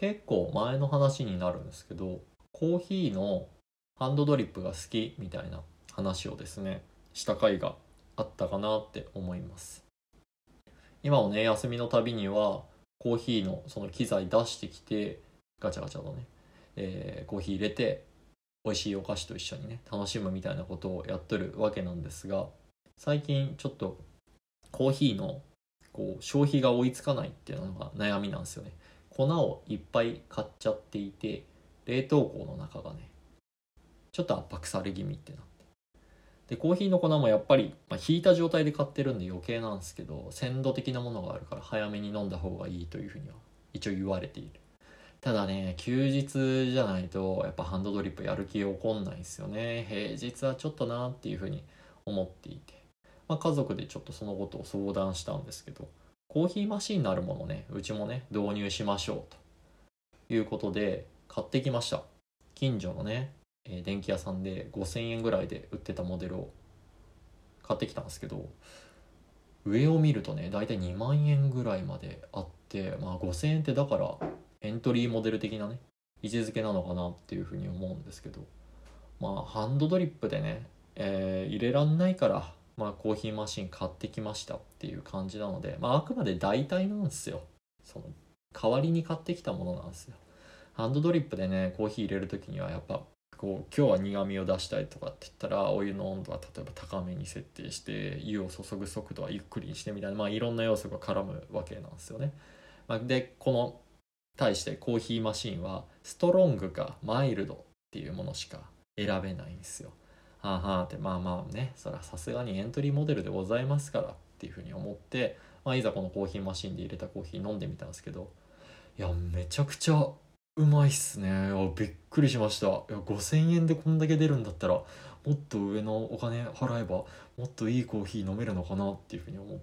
結構前の話になるんですけど、コーヒーのハンドドリップが好きみたいな話をですね、した回があったかなって思います。今もね、休みのたびにはコーヒーのその機材出してきて、ガチャガチャとね、コーヒー入れて美味しいお菓子と一緒にね楽しむみたいなことをやっとるわけなんですが、最近ちょっとコーヒーの消費が追いつかないっていうのが悩みなんですよね。粉をいっぱい買っちゃっていて、冷凍庫の中がねちょっと圧迫され気味ってなって、でコーヒーの粉もやっぱり、引いた状態で買ってるんで余計なんですけど、鮮度的なものがあるから早めに飲んだ方がいいというふうには一応言われている。ただね、休日じゃないとやっぱハンドドリップやる気起こんないんですよね。平日はちょっとなっていうふうに思っていて、家族でちょっとそのことを相談したんですけど、コーヒーマシンなるものね、うちもね導入しましょうということで買ってきました。近所のね、電気屋さんで5000円ぐらいで売ってたモデルを買ってきたんですけど、上を見るとねだいたい2万円ぐらいまであって、5000円ってだからエントリーモデル的なね位置づけなのかなっていうふうに思うんですけど、ハンドドリップでね、入れらんないから、コーヒーマシン買ってきましたっていう感じなので、あくまで代替なんですよ。その代わりに買ってきたものなんですよ。ハンドドリップでねコーヒー入れる時にはやっぱ今日は苦味を出したいとかって言ったら、お湯の温度は例えば高めに設定して、湯を注ぐ速度はゆっくりにしてみたいな、いろんな要素が絡むわけなんですよね。でこの対してコーヒーマシンはストロングかマイルドっていうものしか選べないんですよ。はあはあって、ね、それはさすがにエントリーモデルでございますからっていうふうに思って、いざこのコーヒーマシンで入れたコーヒー飲んでみたんですけど、いやめちゃくちゃうまいっすね。びっくりしました。5000円でこんだけ出るんだったらもっと上のお金払えばもっといいコーヒー飲めるのかなっていうふうに思って、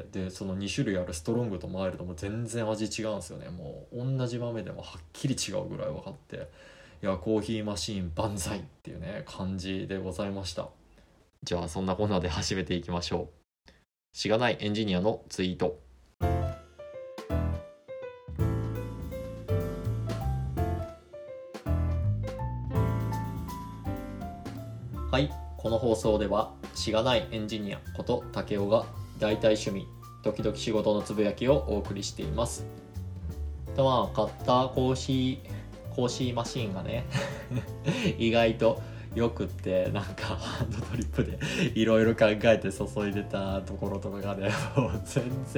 でその2種類あるストロングとマイルドも全然味違うんですよね。もう同じ豆でもはっきり違うぐらい分かって、コーヒーマシーン万歳っていうね感じでございました。じゃあそんなこんなで始めていきましょう。しがないエンジニアのツイート。はい、この放送ではしがないエンジニアこと竹雄が大体趣味時々仕事のつぶやきをお送りしています。買ったコーヒーマシーンがね意外とよくって、ハンドドリップでいろいろ考えて注いでたところとかがね、もう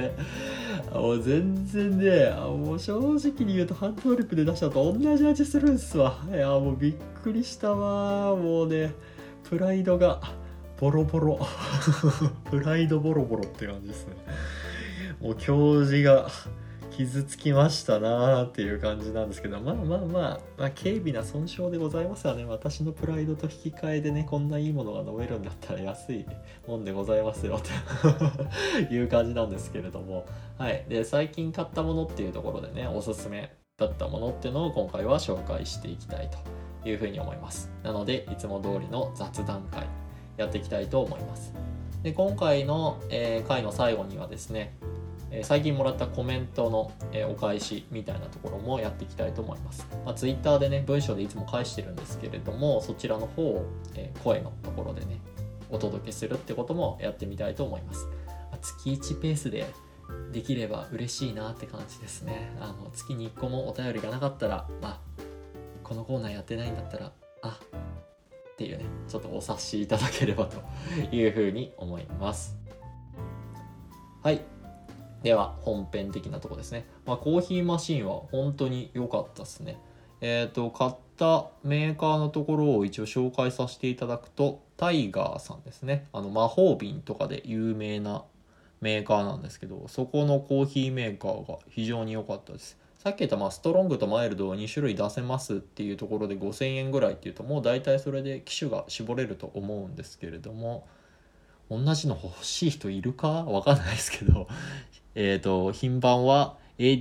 全然ね、もう正直に言うとハンドドリップで出したのと同じ味するんすわ。もうびっくりしたわ。もうねプライドがボロボロプライドボロボロって感じですね。もう教授が傷つきましたなーっていう感じなんですけど、軽微な損傷でございますわね。私のプライドと引き換えでねこんないいものが飲めるんだったら安いもんでございますよっていう感じなんですけれども、はい。で最近買ったものっていうところでね、おすすめだったものっていうのを今回は紹介していきたいというふうに思います。なのでいつも通りの雑談会やっていきたいと思います。で今回の、回の最後にはですね、最近もらったコメントの、お返しみたいなところもやっていきたいと思います。Twitter でね文章でいつも返してるんですけれども、そちらの方を、声のところでねお届けするってこともやってみたいと思います。月1ペースでできれば嬉しいなって感じですね。月に1個もお便りがなかったら、このコーナーやってないんだったらっていうね、ちょっとお察しいただければというふうに思います。はい、では本編的なところですね。コーヒーマシンは本当に良かったですね。買ったメーカーのところを一応紹介させていただくと、タイガーさんですね。魔法瓶とかで有名なメーカーなんですけど、そこのコーヒーメーカーが非常に良かったです。さっき言ったストロングとマイルドを2種類出せますっていうところで5000円ぐらいっていうと、もう大体それで機種が絞れると思うんですけれども、同じの欲しい人いるかわかんないですけど品番は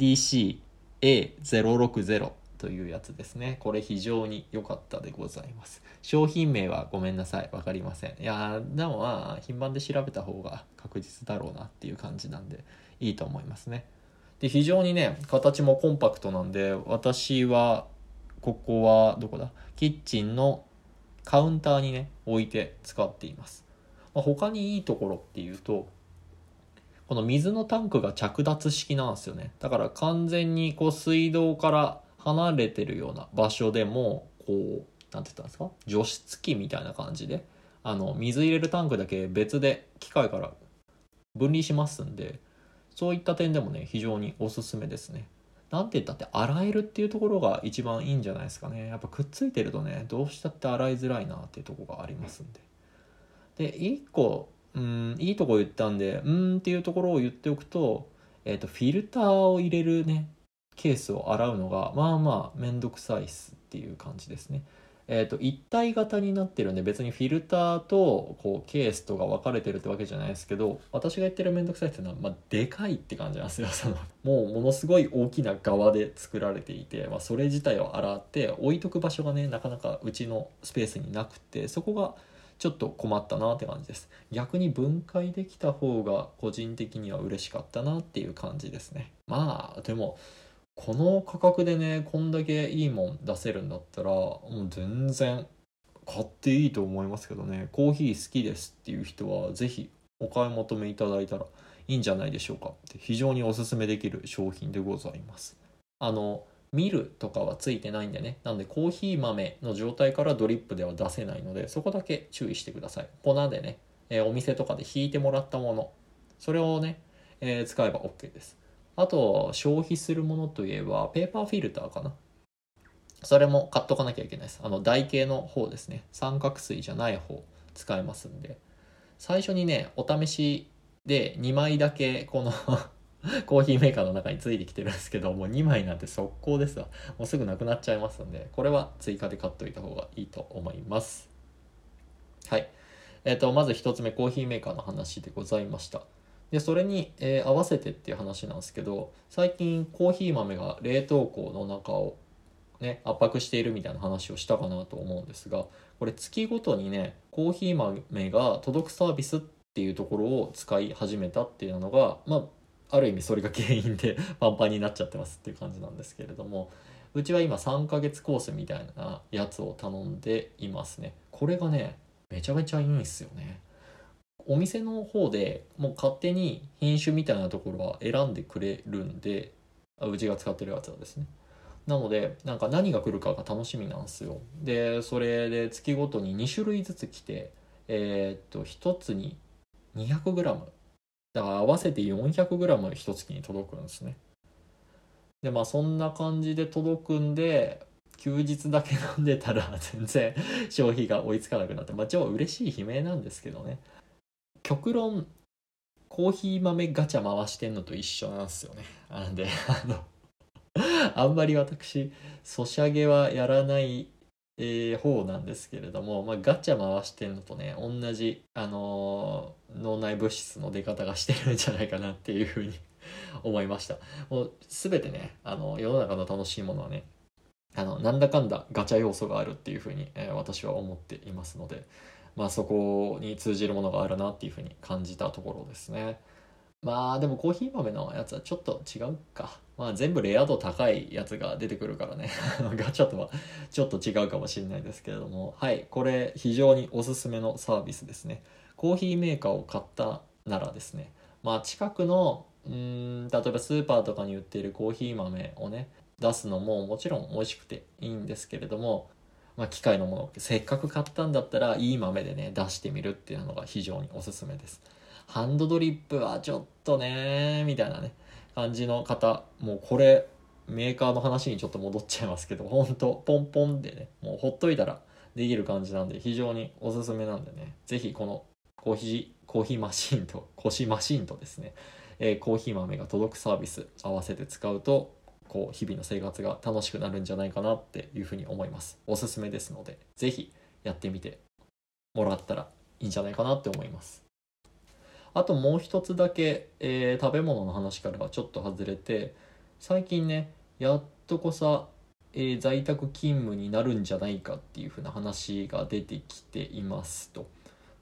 ADC-A060 というやつですね。これ非常に良かったでございます。商品名はごめんなさい、わかりません。でも品番で調べた方が確実だろうなっていう感じなんでいいと思いますね。 で非常にね形もコンパクトなんで、私はここはどこだ、キッチンのカウンターにね置いて使っています。他にいいところっていうと、この水のタンクが着脱式なんですよね。だから完全にこう水道から離れてるような場所でもこうなんて言ったんですか、除湿器みたいな感じで水入れるタンクだけ別で機械から分離しますんで、そういった点でもね非常におすすめですね。なんて言ったって洗えるっていうところが一番いいんじゃないですかね。やっぱくっついてるとねどうしたって洗いづらいなっていうところがありますんで。で一個いいとこ言ったんでっていうところを言っておくと、フィルターを入れるねケースを洗うのがまあまあめんどくさいっすっていう感じですね。一体型になってるんで別にフィルターとこうケースとか分かれてるってわけじゃないですけど、私が言ってるめんどくさいっていうのはまあでかいって感じなんですよ。もうものすごい大きな側で作られていて、それ自体を洗って置いとく場所がねなかなかうちのスペースになくて、そこがちょっと困ったなって感じです。逆に分解できた方が個人的には嬉しかったなっていう感じですね。でもこの価格でねこんだけいいもん出せるんだったらもう全然買っていいと思いますけどね。コーヒー好きですっていう人はぜひお買い求めいただいたらいいんじゃないでしょうか。非常におすすめできる商品でございます。ミルとかはついてないんでね。なのでコーヒー豆の状態からドリップでは出せないので、そこだけ注意してください。粉でね、お店とかでひいてもらったもの、それをね、使えば OK です。あと消費するものといえばペーパーフィルターかな。それも買っとかなきゃいけないです。台形の方ですね。三角錐じゃない方使えますんで。最初にね、お試しで2枚だけこのコーヒーメーカーの中についてきてるんですけど、もう2枚なんて速攻ですわ。もうすぐなくなっちゃいますんで、これは追加で買っといた方がいいと思います。はい。まず1つ目、コーヒーメーカーの話でございました。で、それに、合わせてっていう話なんですけど、最近コーヒー豆が冷凍庫の中をね、圧迫しているみたいな話をしたかなと思うんですが、これ月ごとにね、コーヒー豆が届くサービスっていうところを使い始めたっていうのが、ある意味それが原因でパンパンになっちゃってますっていう感じなんですけれども、うちは今3ヶ月コースみたいなやつを頼んでいますね。これがね、めちゃめちゃいいんですよね。お店の方でもう勝手に品種みたいなところは選んでくれるんで、うちが使ってるやつはですね。なのでなんか何が来るかが楽しみなんですよ。でそれで月ごとに2種類ずつ来て1つに 200g だから合わせて 400g 一月に届くんですね。でそんな感じで届くんで、休日だけ飲んでたら全然消費が追いつかなくなって、超嬉しい悲鳴なんですけどね。極論コーヒー豆ガチャ回してんのと一緒なんですよね。なんであんまり私ソシャゲはやらない、方なんですけれども、ガチャ回してんのとね同じ、脳内物質の出方がしてるんじゃないかなっていうふうに思いました。もう全てね世の中の楽しいものはねなんだかんだガチャ要素があるっていうふうに、私は思っていますので、そこに通じるものがあるなっていうふうに感じたところですね。でもコーヒー豆のやつはちょっと違うか。全部レア度高いやつが出てくるからねガチャとはちょっと違うかもしれないですけれども、はい、これ非常におすすめのサービスですね。コーヒーメーカーを買ったならですね、近くの例えばスーパーとかに売っているコーヒー豆をね出すのももちろん美味しくていいんですけれども、機械のものせっかく買ったんだったらいい豆でね出してみるっていうのが非常におすすめです。ハンドドリップはちょっとねみたいなね感じの方、もうこれメーカーの話にちょっと戻っちゃいますけど、ほんとポンポンでねもうほっといたらできる感じなんで非常におすすめなんでね、ぜひこのコーヒーマシンとコシマシンとですね、コーヒー豆が届くサービス合わせて使うと日々の生活が楽しくなるんじゃないかなっていうふうに思います。おすすめですのでぜひやってみてもらったらいいんじゃないかなって思います。あともう一つだけ、食べ物の話からはちょっと外れて、最近ねやっとこさ、在宅勤務になるんじゃないかっていう風な話が出てきていますと。で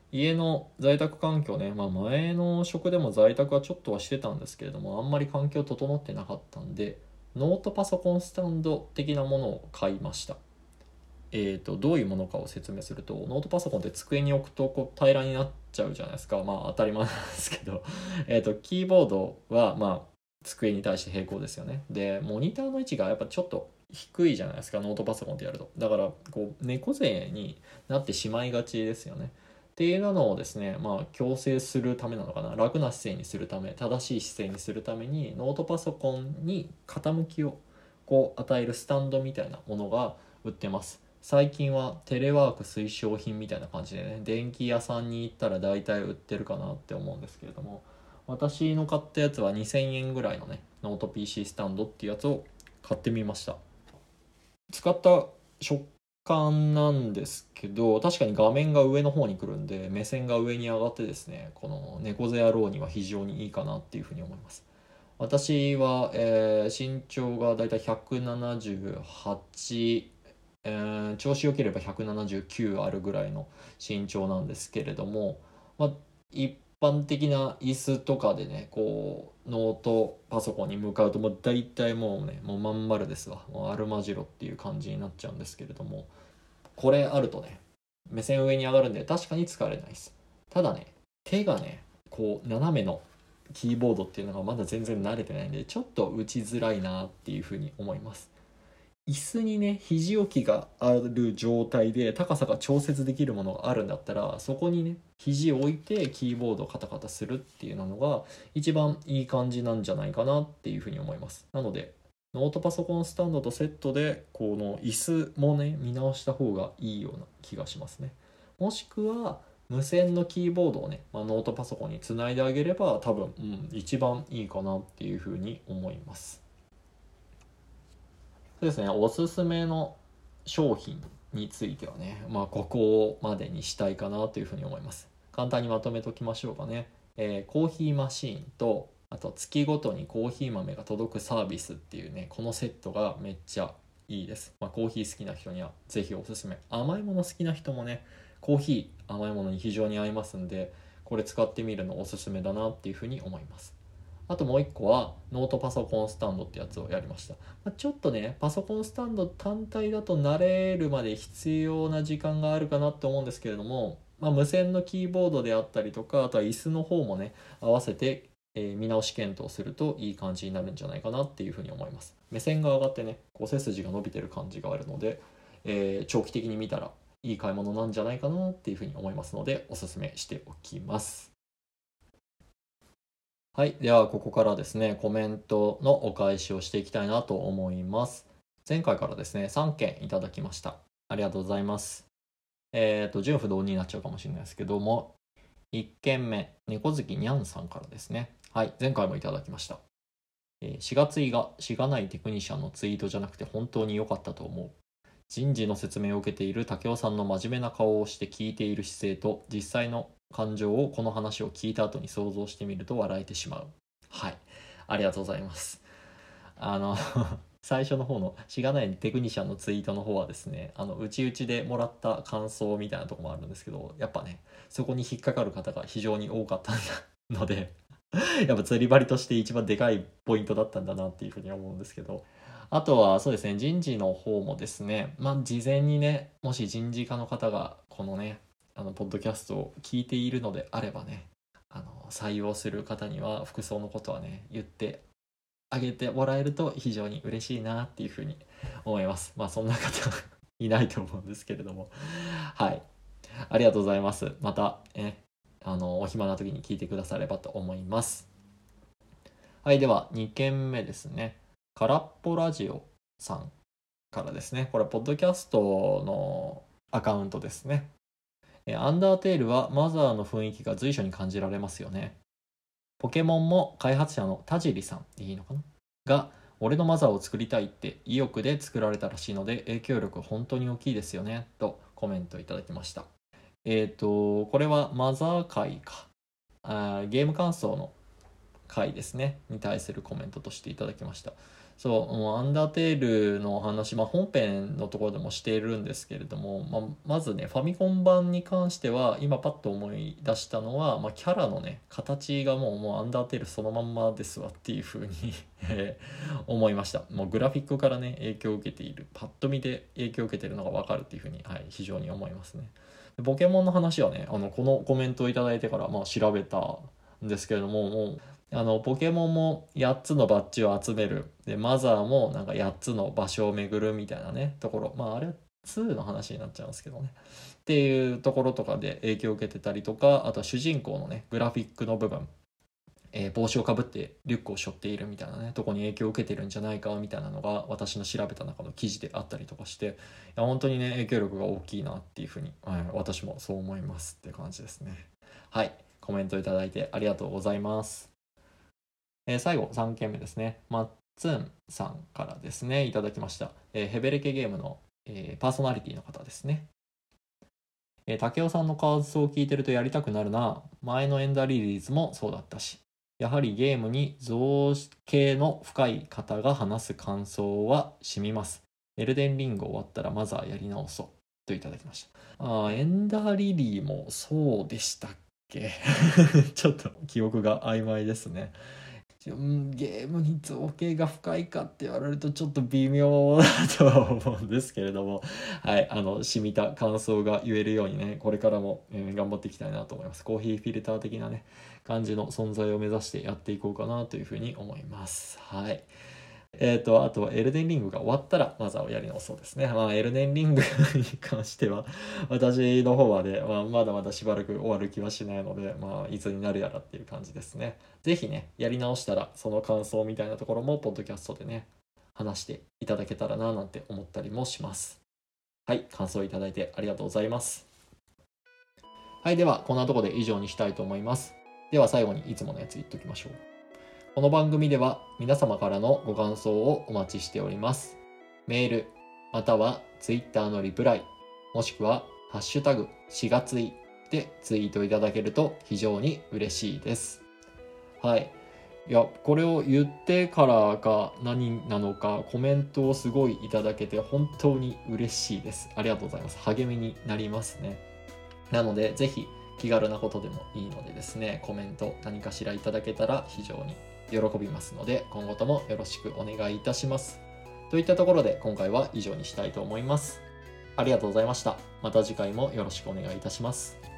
家の在宅環境ね、前の職でも在宅はちょっとはしてたんですけれども、あんまり環境整ってなかったんで、ノートパソコンスタンド的なものを買いました。どういうものかを説明すると、ノートパソコンって机に置くと平らになっちゃうじゃないですか。当たり前なんですけどキーボードは机に対して平行ですよね。でモニターの位置がやっぱちょっと低いじゃないですか、ノートパソコンってやると。だから猫背になってしまいがちですよね。っていうのをですね、矯正するためなのかな、楽な姿勢にするため、正しい姿勢にするためにノートパソコンに傾きを与えるスタンドみたいなものが売ってます。最近はテレワーク推奨品みたいな感じでね、電気屋さんに行ったら大体売ってるかなって思うんですけれども、私の買ったやつは2000円ぐらいのね、ノート PC スタンドっていうやつを買ってみました。使った食感なんですけど、確かに画面が上の方に来るんで、目線が上に上がってですね、この猫背野郎には非常にいいかなっていうふうに思います。私は、身長がだいたい178、調子良ければ179あるぐらいの身長なんですけれども、一般的な椅子とかでね、ノートパソコンに向かうと大体もうまん丸ですわ。もうアルマジロっていう感じになっちゃうんですけれども、これあるとね、目線上に上がるんで確かに疲れないです。ただね、手がね、斜めのキーボードっていうのがまだ全然慣れてないんで、ちょっと打ちづらいなっていうふうに思います。椅子にね、肘置きがある状態で高さが調節できるものがあるんだったら、そこにね、肘を置いてキーボードをカタカタするっていうのが一番いい感じなんじゃないかなっていうふうに思います。なのでノートパソコンスタンドとセットでこの椅子もね、見直した方がいいような気がしますね。もしくは無線のキーボードをね、ノートパソコンにつないであげれば多分、一番いいかなっていうふうに思います。そうですね、おすすめの商品についてはね、ここまでにしたいかなというふうに思います。簡単にまとめときましょうかね。コーヒーマシーンと、あと月ごとにコーヒー豆が届くサービスっていうね、このセットがめっちゃいいです。コーヒー好きな人にはぜひおすすめ。甘いもの好きな人もね、コーヒー甘いものに非常に合いますんで、これ使ってみるのおすすめだなっていうふうに思います。あともう一個はノートパソコンスタンドってやつをやりました。ちょっとね、パソコンスタンド単体だと慣れるまで必要な時間があるかなって思うんですけれども、無線のキーボードであったりとか、あとは椅子の方もね、合わせて、見直し検討するといい感じになるんじゃないかなっていうふうに思います。目線が上がってね、背筋が伸びてる感じがあるので、長期的に見たらいい買い物なんじゃないかなっていうふうに思いますので、おすすめしておきます。はい。では、ここからですね、コメントのお返しをしていきたいなと思います。前回からですね、3件いただきました。ありがとうございます。順不同になっちゃうかもしれないですけども、1件目、猫好きにゃんさんからですね。はい。前回もいただきました。4月いがしがないテクニシャンのツイートじゃなくて本当に良かったと思う。人事の説明を受けている武雄さんの真面目な顔をして聞いている姿勢と実際の感情をこの話を聞いた後に想像してみると笑えてしまう。はい。ありがとうございます。最初の方のしがないテクニシャンのツイートの方はですね、うちうちでもらった感想みたいなとこもあるんですけど、やっぱね、そこに引っかかる方が非常に多かったので、やっぱ釣り針として一番でかいポイントだったんだなっていうふうに思うんですけど、あとはそうですね、人事の方もですね、事前にね、もし人事課の方がこのね、ポッドキャストを聞いているのであればね、採用する方には服装のことはね、言ってあげてもらえると非常に嬉しいなっていうふうに思います。そんな方いないと思うんですけれども。はい。ありがとうございます。また、お暇な時に聞いてくださればと思います。はい、では2件目ですね。空っぽラジオさんからですね。これ、ポッドキャストのアカウントですね。アンダーテールはマザーの雰囲気が随所に感じられますよね。ポケモンも開発者の田尻さんでいいのかなが、俺のマザーを作りたいって意欲で作られたらしいので、影響力本当に大きいですよね、とコメントいただきました。これはマザー会か。ゲーム感想の回ですねに対するコメントとしていただきました。 そう、もうアンダーテールの話、本編のところでもしているんですけれども、まずね、ファミコン版に関しては、今パッと思い出したのは、キャラのね、形がもうアンダーテールそのまんまですわっていう風に思いました。もうグラフィックからね、影響を受けている、パッと見で影響を受けているのがわかるっていう風に、非常に思いますね。ポケモンの話はね、このコメントをいただいてから、調べたんですけれども、もう、ポケモンも8つのバッジを集める。で、マザーもなんか8つの場所を巡るみたいなね、ところ。あれは2の話になっちゃうんですけどね。っていうところとかで影響を受けてたりとか、あとは主人公のね、グラフィックの部分。帽子をかぶってリュックを背負っているみたいなね、とこに影響を受けてるんじゃないかみたいなのが私の調べた中の記事であったりとかして、いや本当にね、影響力が大きいなっていうふうに、私もそう思いますって感じですね。はい。コメントいただいてありがとうございます。最後3件目ですね。マッツンさんからですね、いただきました。ヘベレケゲームの、パーソナリティの方ですね。竹雄さんの感想を聞いてるとやりたくなるな。前のエンダーリリーズもそうだったし。やはりゲームに造形の深い方が話す感想は染みます。エルデンリング終わったらマザーやり直そう。といただきました。エンダーリリーもそうでしたっけちょっと記憶が曖昧ですね。ゲームに造形が深いかって言われるとちょっと微妙だとは思うんですけれども、はい、染みた感想が言えるようにね、これからも、頑張っていきたいなと思います。コーヒーフィルター的なね、感じの存在を目指してやっていこうかなというふうに思います。はい。あとはエルデンリングが終わったらマザーをやり直そうですね。エルデンリングに関しては、私の方はね、まだまだしばらく終わる気はしないので、いつになるやらっていう感じですね。ぜひね、やり直したら、その感想みたいなところも、ポッドキャストでね、話していただけたらな、なんて思ったりもします。はい、感想いただいてありがとうございます。はい、では、こんなところで以上にしたいと思います。では、最後にいつものやつ言っときましょう。この番組では皆様からのご感想をお待ちしております。メール、または Twitter のリプライ、もしくはハッシュタグ4月いでツイートいただけると非常に嬉しいです。はい。いや、これを言ってからが何なのかコメントをすごいいただけて本当に嬉しいです。ありがとうございます。励みになりますね。なので、ぜひ気軽なことでもいいのでですね、コメント何かしらいただけたら非常に喜びますので、今後ともよろしくお願いいたします。といったところで今回は以上にしたいと思います。ありがとうございました。また次回もよろしくお願いいたします。